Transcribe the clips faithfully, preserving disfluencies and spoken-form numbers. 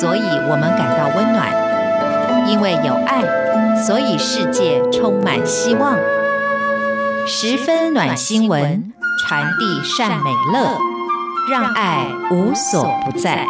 所以我们感到温暖；因为有爱，所以世界充满希望。十分暖新闻，传递善美乐，让爱无所不在。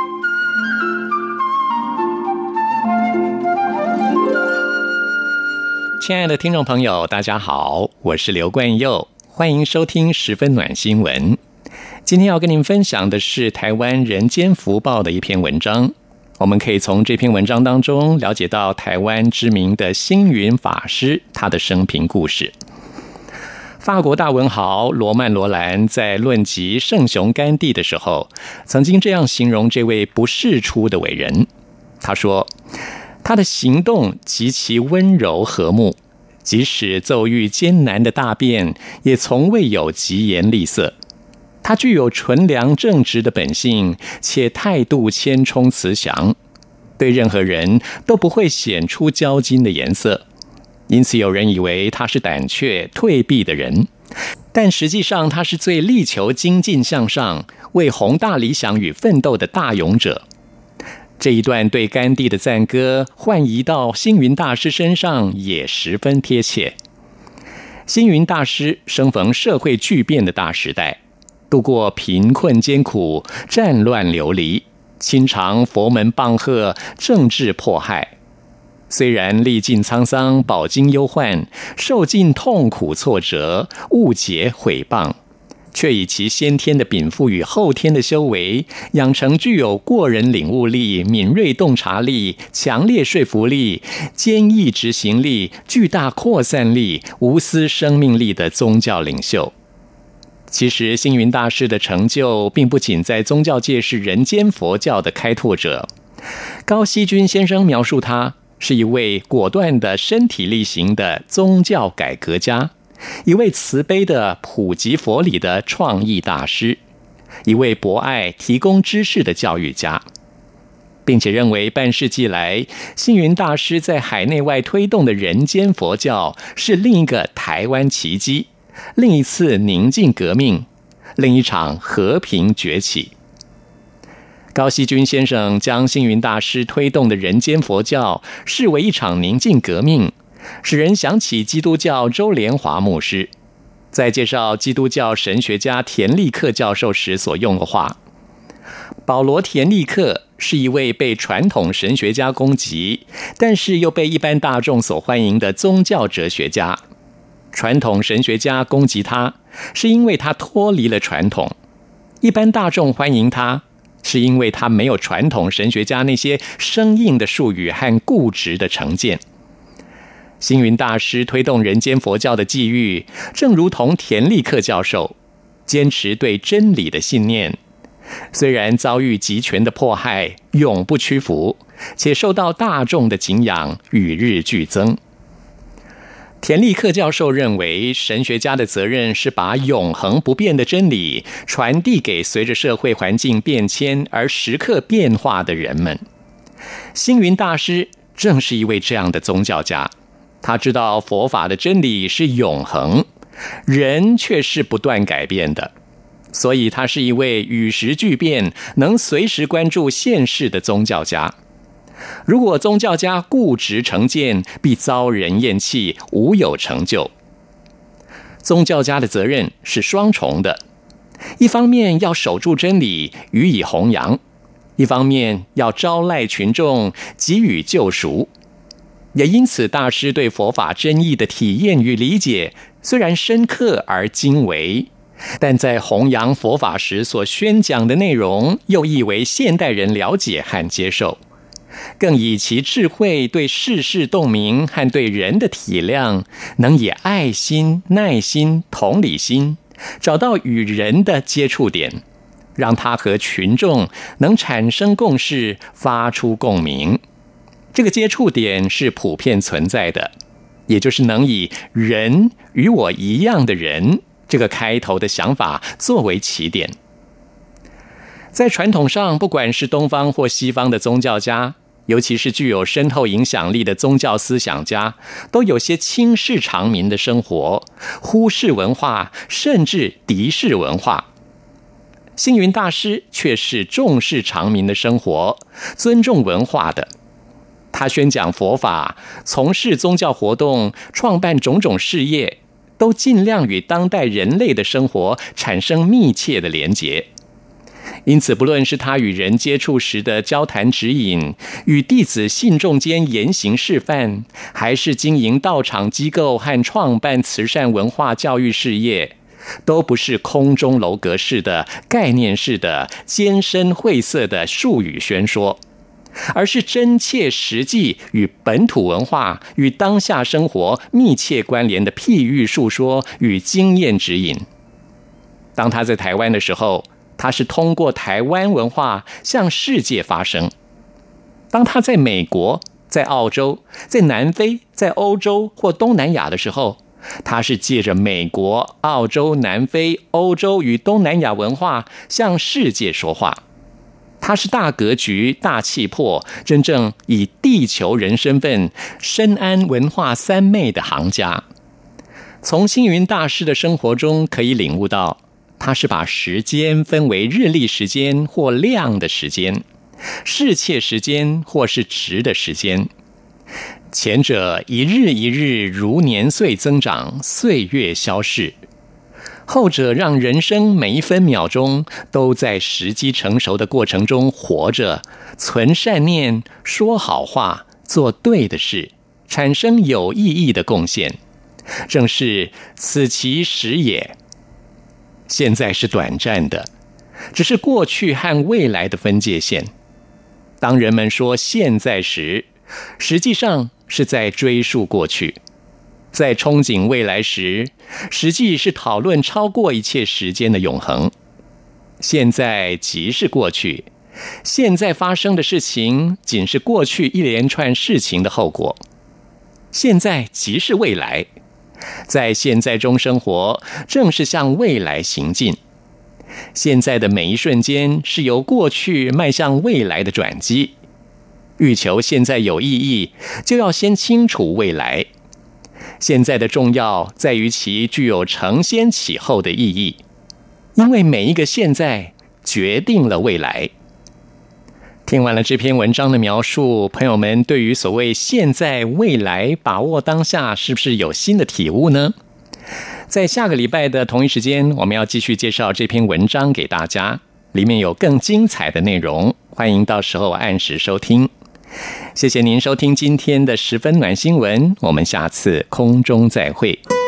亲爱的听众朋友，大家好，我是刘冠佑，欢迎收听十分暖新闻。今天要跟您分享的是台湾人间福报的一篇文章。我们可以从这篇文章当中了解到台湾知名的星云法师他的生平故事。法国大文豪罗曼·罗兰在论及圣雄甘地的时候，曾经这样形容这位不世出的伟人。他说，他的行动极其温柔和睦，即使奏遇艰难的大变，也从未有疾言厉色。他具有纯良正直的本性，且态度谦冲慈祥，对任何人都不会显出骄矜的颜色。因此有人以为他是胆怯退避的人，但实际上他是最力求精进向上，为宏大理想与奋斗的大勇者。这一段对甘地的赞歌换移到星云大师身上也十分贴切。星云大师生逢社会巨变的大时代，度过贫困艰苦、战乱流离，亲尝佛门棒喝、政治迫害。虽然历尽沧桑、饱经忧患，受尽痛苦挫折、误解毁谤，却以其先天的禀赋与后天的修为，养成具有过人领悟力、敏锐洞察力、强烈说服力、坚毅执行力、巨大扩散力、无私生命力的宗教领袖。其实星云大师的成就并不仅在宗教界是人间佛教的开拓者。高希均先生描述他是一位果断的身体力行的宗教改革家，一位慈悲的普及佛理的创意大师，一位博爱提供知识的教育家，并且认为半世纪来星云大师在海内外推动的人间佛教是另一个台湾奇迹，另一次宁静革命，另一场和平崛起。高希均先生将星云大师推动的人间佛教视为一场宁静革命，使人想起基督教周莲华牧师在介绍基督教神学家田立克教授时所用的话。保罗·田立克是一位被传统神学家攻击，但是又被一般大众所欢迎的宗教哲学家。传统神学家攻击他，是因为他脱离了传统；一般大众欢迎他，是因为他没有传统神学家那些生硬的术语和固执的成见。星云大师推动人间佛教的际遇，正如同田立克教授坚持对真理的信念，虽然遭遇极权的迫害，永不屈服，且受到大众的敬仰，与日俱增。田立克教授认为，神学家的责任是把永恒不变的真理传递给随着社会环境变迁而时刻变化的人们。星云大师正是一位这样的宗教家，他知道佛法的真理是永恒，人却是不断改变的，所以他是一位与时俱变、能随时关注现世的宗教家。如果宗教家固执成见，必遭人厌弃，无有成就。宗教家的责任是双重的，一方面要守住真理，予以弘扬；一方面要招徠群众，给予救赎。也因此，大师对佛法真义的体验与理解，虽然深刻而精微，但在弘扬佛法时所宣讲的内容，又易为现代人了解和接受。更以其智慧对世事洞明和对人的体谅，能以爱心、耐心、同理心找到与人的接触点，让他和群众能产生共识，发出共鸣。这个接触点是普遍存在的，也就是能以人与我一样的人这个开头的想法作为起点。在传统上，不管是东方或西方的宗教家，尤其是具有深厚影响力的宗教思想家，都有些轻视常民的生活，忽视文化，甚至敌视文化。 星云大师却是重视常民的生活，尊重文化的。他宣讲佛法，从事宗教活动，创办种种事业，都尽量与当代人类的生活产生密切的连结。因此，不论是他与人接触时的交谈指引，与弟子信众间言行示范，还是经营道场机构和创办慈善文化教育事业，都不是空中楼阁式的概念式的艰深晦涩的术语宣说，而是真切实际与本土文化与当下生活密切关联的譬喻述说与经验指引。当他在台湾的时候，他是通过台湾文化向世界发声；当他在美国、在澳洲、在南非、在欧洲或东南亚的时候，他是借着美国、澳洲、南非、欧洲与东南亚文化向世界说话。他是大格局、大气魄，真正以地球人身份深谙文化三昧的行家。从星云大师的生活中可以领悟到，他是把时间分为日历时间或量的时间，世切时间或是值的时间。前者一日一日如年岁增长，岁月消逝；后者让人生每一分秒钟都在时机成熟的过程中活着，存善念，说好话，做对的事，产生有意义的贡献，正是此其时也。现在是短暂的，只是过去和未来的分界线。当人们说现在时，实际上是在追溯过去；在憧憬未来时，实际是讨论超过一切时间的永恒。现在即是过去，现在发生的事情仅是过去一连串事情的后果。现在即是未来，在现在中生活，正是向未来行进。现在的每一瞬间是由过去迈向未来的转机。欲求现在有意义，就要先清楚未来。现在的重要在于其具有承先启后的意义，因为每一个现在决定了未来。听完了这篇文章的描述，朋友们对于所谓现在未来把握当下是不是有新的体悟呢？在下个礼拜的同一时间，我们要继续介绍这篇文章给大家，里面有更精彩的内容，欢迎到时候按时收听。谢谢您收听今天的十分暖新闻，我们下次空中再会。